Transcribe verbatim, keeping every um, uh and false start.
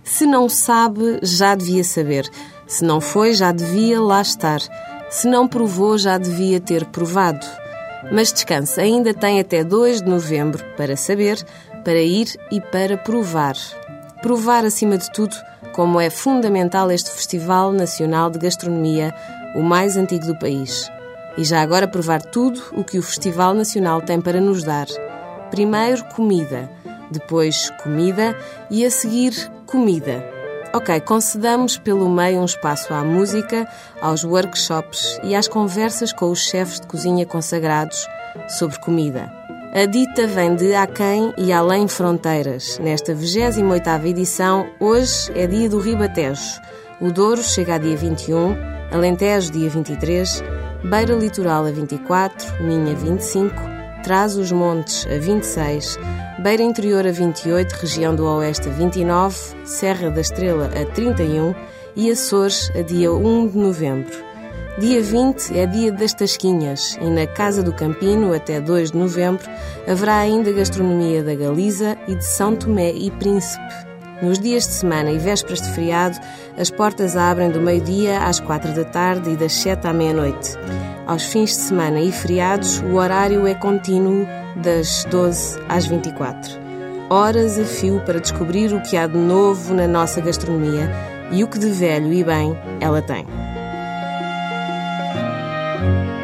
Se não sabe, já devia saber. Se não foi, já devia lá estar. Se não provou, já devia ter provado. Mas descanse, ainda tem até dois de novembro para saber, para ir e para provar. Provar, acima de tudo, como é fundamental este Festival Nacional de Gastronomia, o mais antigo do país. E já agora provar tudo o que o Festival Nacional tem para nos dar. Primeiro, comida. Depois, comida. E a seguir, comida. Ok, concedamos pelo meio um espaço à música, aos workshops e às conversas com os chefes de cozinha consagrados sobre comida. A dita vem de aquém e além fronteiras. Nesta vigésima oitava edição, hoje é dia do Ribatejo. O Douro chega a dia vinte e um, Alentejo dia vinte e três, Beira Litoral a vinte e quatro, Minho a vinte e cinco, Trás-os-Montes a vinte e seis, Beira Interior a vinte e oito, Região do Oeste a vinte e nove, Serra da Estrela a trinta e um e Açores a dia um de novembro. Dia vinte é dia das Tasquinhas e na Casa do Campino, até dois de novembro, haverá ainda gastronomia da Galiza e de São Tomé e Príncipe. Nos dias de semana e vésperas de feriado, as portas abrem do meio-dia às quatro da tarde e das sete à meia-noite. Aos fins de semana e feriados, o horário é contínuo das doze às vinte e quatro. Horas a fio para descobrir o que há de novo na nossa gastronomia e o que de velho e bem ela tem.